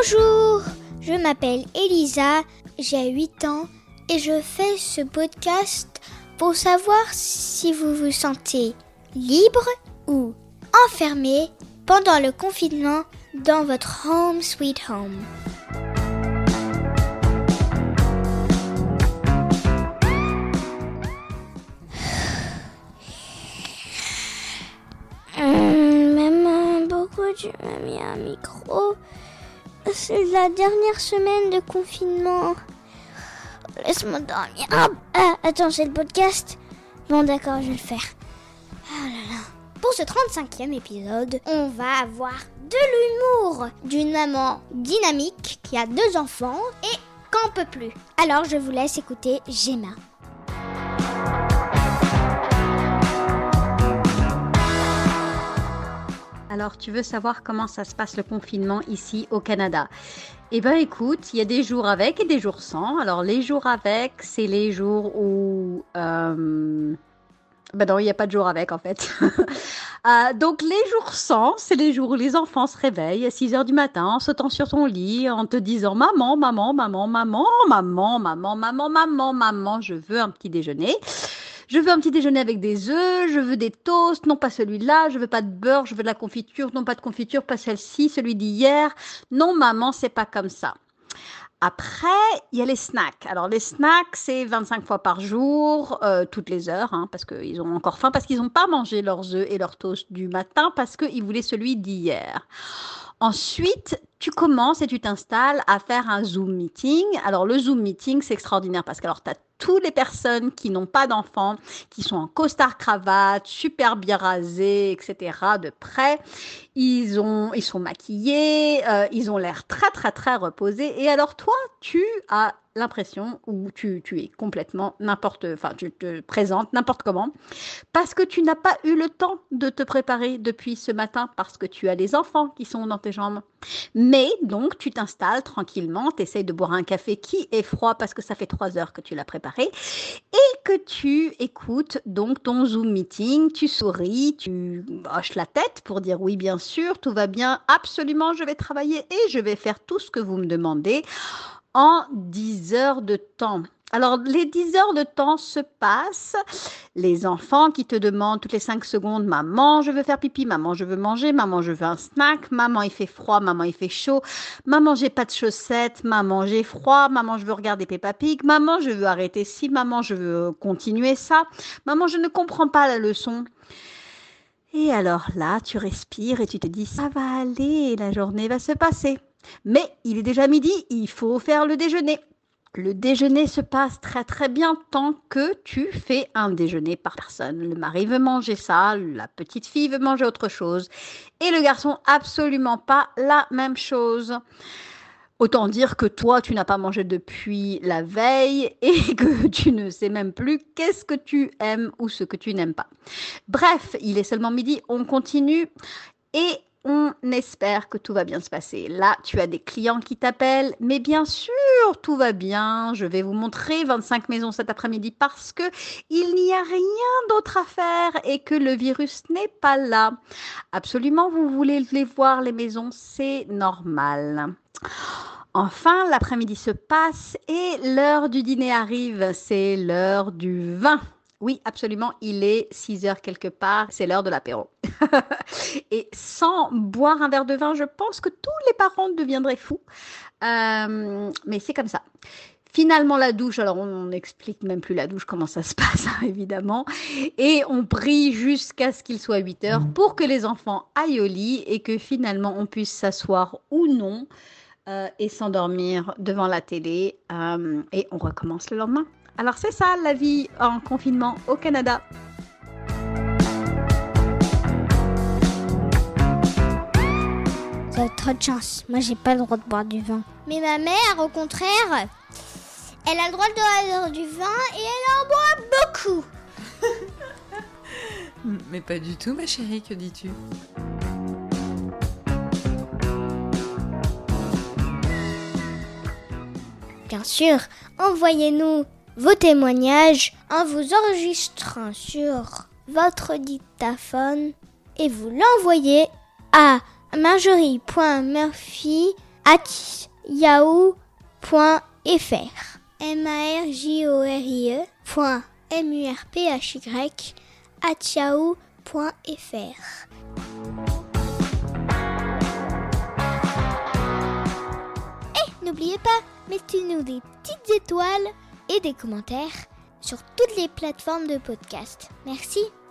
Bonjour, je m'appelle Elisa, j'ai 8 ans et je fais ce podcast pour savoir si vous vous sentez libre ou enfermé pendant le confinement dans votre home sweet home. Maman, pourquoi tu m'as mis un micro? C'est la dernière semaine de confinement. Laisse-moi dormir. Attends, c'est le podcast? Bon, d'accord, je vais le faire. Oh là là. Pour ce 35e épisode, on va avoir de l'humour d'une maman dynamique qui a 2 enfants et qu'en peut plus. Alors, je vous laisse écouter Gemma. Alors, tu veux savoir comment ça se passe le confinement ici au Canada? Eh bien, écoute, il y a des jours avec et des jours sans. Alors, les jours avec, c'est les jours où... non, il n'y a pas de jour avec, en fait. Donc, les jours sans, c'est les jours où les enfants se réveillent à 6 heures du matin en sautant sur ton lit, en te disant « Maman, maman, maman, maman, maman, maman, maman, maman, maman, je veux un petit déjeuner. » Je veux un petit déjeuner avec des œufs, je veux des toasts, non pas celui-là, je veux pas de beurre, je veux de la confiture, non pas de confiture, pas celle-ci, celui d'hier. Non maman, c'est pas comme ça. Après, il y a les snacks. Alors les snacks, c'est 25 fois par jour, toutes les heures, parce qu'ils ont encore faim, parce qu'ils n'ont pas mangé leurs œufs et leurs toasts du matin, parce qu'ils voulaient celui d'hier. Ensuite, tu commences et tu t'installes à faire un Zoom meeting. Alors, le Zoom meeting, c'est extraordinaire parce que tu as toutes les personnes qui n'ont pas d'enfants, qui sont en costard-cravate, super bien rasées, etc. de près. Ils sont maquillés, ils ont l'air très, très, très reposés. Et alors, toi, tu as l'impression où tu es complètement tu te présentes n'importe comment parce que tu n'as pas eu le temps de te préparer depuis ce matin parce que tu as les enfants qui sont dans tes jambes. Mais donc, tu t'installes tranquillement, tu essayes de boire un café qui est froid parce que ça fait 3 heures que tu l'as préparé et que tu écoutes donc ton Zoom meeting, tu souris, tu hoches la tête pour dire oui, bien sûr, tout va bien, absolument, je vais travailler et je vais faire tout ce que vous me demandez en 10 heures de temps. Alors, les 10 heures de temps se passent. Les enfants qui te demandent toutes les 5 secondes, maman, je veux faire pipi, maman, je veux manger, maman, je veux un snack, maman, il fait froid, maman, il fait chaud, maman, j'ai pas de chaussettes, maman, j'ai froid, maman, je veux regarder Peppa Pig, maman, je veux arrêter ci, maman, je veux continuer ça, maman, je ne comprends pas la leçon. Et alors là, tu respires et tu te dis, ça va aller, la journée va se passer. Mais il est déjà midi, il faut faire le déjeuner. Le déjeuner se passe très très bien tant que tu fais un déjeuner par personne. Le mari veut manger ça, la petite fille veut manger autre chose et le garçon absolument pas la même chose. Autant dire que toi, tu n'as pas mangé depuis la veille et que tu ne sais même plus qu'est-ce que tu aimes ou ce que tu n'aimes pas. Bref, il est seulement midi, on continue et on espère que tout va bien se passer. Là, tu as des clients qui t'appellent, mais bien sûr, tout va bien. Je vais vous montrer 25 maisons cet après-midi parce que il n'y a rien d'autre à faire et que le virus n'est pas là. Absolument, vous voulez les voir, les maisons, c'est normal. Enfin, l'après-midi se passe et l'heure du dîner arrive. C'est l'heure du vin. Oui, absolument, il est 6 heures quelque part, c'est l'heure de l'apéro. Et sans boire un verre de vin, je pense que tous les parents deviendraient fous. Mais c'est comme ça. Finalement, la douche, alors on n'explique même plus la douche, comment ça se passe, évidemment. Et on prie jusqu'à ce qu'il soit 8 heures pour que les enfants aillent au lit et que finalement on puisse s'asseoir ou non et s'endormir devant la télé. Et on recommence le lendemain. Alors c'est ça la vie en confinement au Canada. Vous avez trop de chance, moi j'ai pas le droit de boire du vin. Mais ma mère, au contraire, elle a le droit de boire du vin et elle en boit beaucoup. Mais pas du tout ma chérie, que dis-tu ? Bien sûr, envoyez-nous vos témoignages en vous enregistrant sur votre dictaphone et vous l'envoyez à marjorie.murphy@ @yahoo.fr marjorie@yahoo.fr. N'oubliez pas, mettez-nous des petites étoiles et des commentaires sur toutes les plateformes de podcast. Merci.